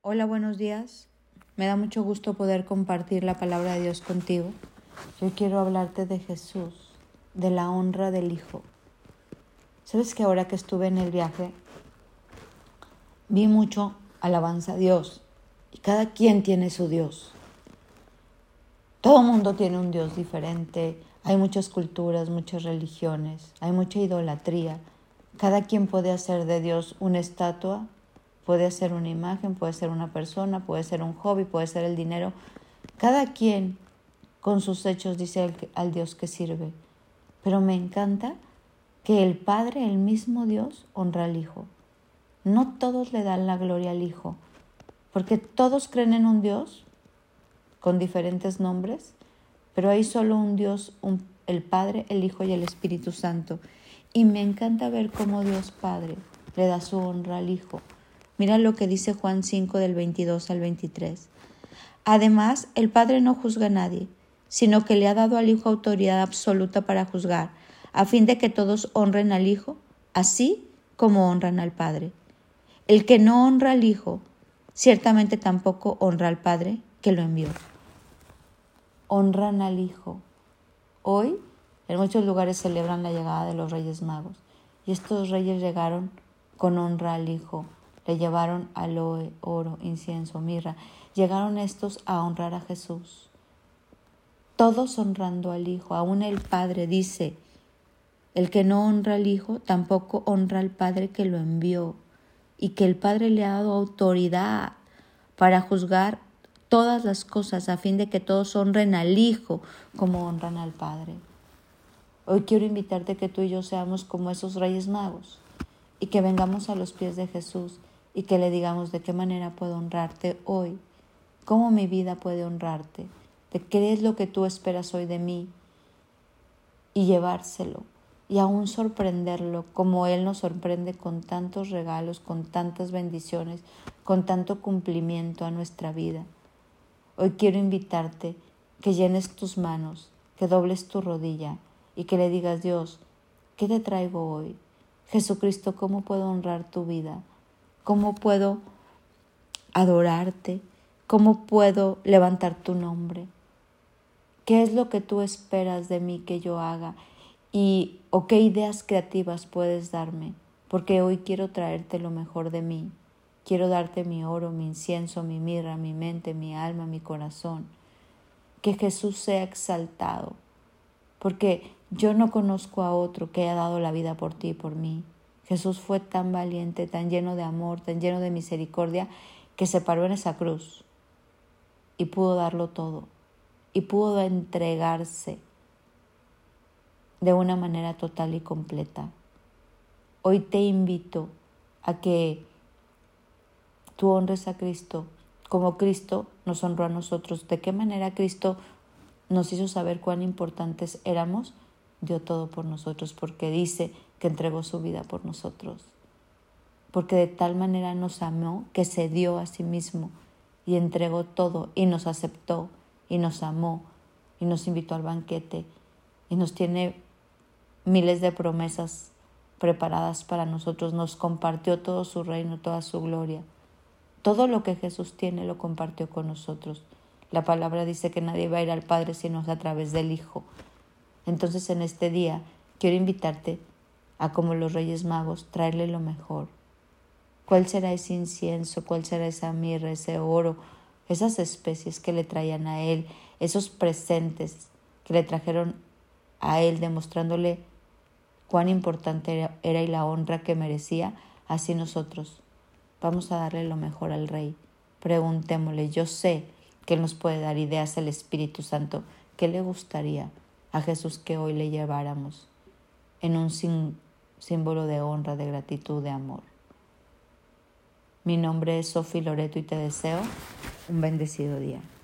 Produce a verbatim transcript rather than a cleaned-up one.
Hola, buenos días. Me da mucho gusto poder compartir la palabra de Dios contigo. Yo quiero hablarte de Jesús, de la honra del Hijo. ¿Sabes que ahora que estuve en el viaje, vi mucho alabanza a Dios? Y cada quien tiene su Dios. Todo mundo tiene un Dios diferente. Hay muchas culturas, muchas religiones, hay mucha idolatría. Cada quien puede hacer de Dios una estatua, puede hacer una imagen, puede ser una persona, puede ser un hobby, puede ser el dinero. Cada quien con sus hechos dice al, al Dios que sirve. Pero me encanta que el Padre, el mismo Dios, honra al Hijo. No todos le dan la gloria al Hijo, porque todos creen en un Dios con diferentes nombres, pero hay solo un Dios, un, el Padre, el Hijo y el Espíritu Santo. Y me encanta ver cómo Dios Padre le da su honra al Hijo. Mira lo que dice Juan cinco del veintidós al veintitrés. Además, el Padre no juzga a nadie, sino que le ha dado al Hijo autoridad absoluta para juzgar, a fin de que todos honren al Hijo, así como honran al Padre. El que no honra al Hijo, ciertamente tampoco honra al Padre que lo envió. Honran al Hijo. Hoy, en muchos lugares celebran la llegada de los Reyes Magos, y estos reyes llegaron con honra al Hijo. Le llevaron aloe, oro, incienso, mirra. Llegaron estos a honrar a Jesús. Todos honrando al Hijo. Aún el Padre dice, el que no honra al Hijo tampoco honra al Padre que lo envió, y que el Padre le ha dado autoridad para juzgar todas las cosas, a fin de que todos honren al Hijo como honran al Padre. Hoy quiero invitarte que tú y yo seamos como esos Reyes Magos, y que vengamos a los pies de Jesús y que le digamos de qué manera puedo honrarte hoy, cómo mi vida puede honrarte, de qué es lo que tú esperas hoy de mí, y llevárselo y aún sorprenderlo como Él nos sorprende con tantos regalos, con tantas bendiciones, con tanto cumplimiento a nuestra vida. Hoy quiero invitarte que llenes tus manos, que dobles tu rodilla y que le digas, Dios, ¿qué te traigo hoy? Jesucristo, ¿cómo puedo honrar tu vida? ¿Cómo puedo adorarte? ¿Cómo puedo levantar tu nombre? ¿Qué es lo que tú esperas de mí que yo haga? Y, ¿o qué ideas creativas puedes darme? Porque hoy quiero traerte lo mejor de mí. Quiero darte mi oro, mi incienso, mi mirra, mi mente, mi alma, mi corazón. Que Jesús sea exaltado, porque yo no conozco a otro que haya dado la vida por ti y por mí. Jesús fue tan valiente, tan lleno de amor, tan lleno de misericordia, que se paró en esa cruz y pudo darlo todo, y pudo entregarse de una manera total y completa. Hoy te invito a que tú honres a Cristo como Cristo nos honró a nosotros. ¿De qué manera Cristo nos hizo saber cuán importantes éramos? Dio todo por nosotros, porque dice que entregó su vida por nosotros. Porque de tal manera nos amó que se dio a sí mismo y entregó todo y nos aceptó y nos amó y nos invitó al banquete y nos tiene miles de promesas preparadas para nosotros. Nos compartió todo su reino, toda su gloria. Todo lo que Jesús tiene lo compartió con nosotros. La palabra dice que nadie va a ir al Padre sino a través del Hijo. Entonces en este día quiero invitarte a, como los Reyes Magos, traerle lo mejor. ¿Cuál será ese incienso? ¿Cuál será esa mirra, ese oro? Esas especies que le traían a Él, esos presentes que le trajeron a Él, demostrándole cuán importante era, era y la honra que merecía. Así nosotros vamos a darle lo mejor al Rey. Preguntémosle, yo sé que Él nos puede dar ideas, el Espíritu Santo. ¿Qué le gustaría a Jesús que hoy le lleváramos en un sim- símbolo de honra, de gratitud, de amor? Mi nombre es Sofi Loreto y te deseo un bendecido día.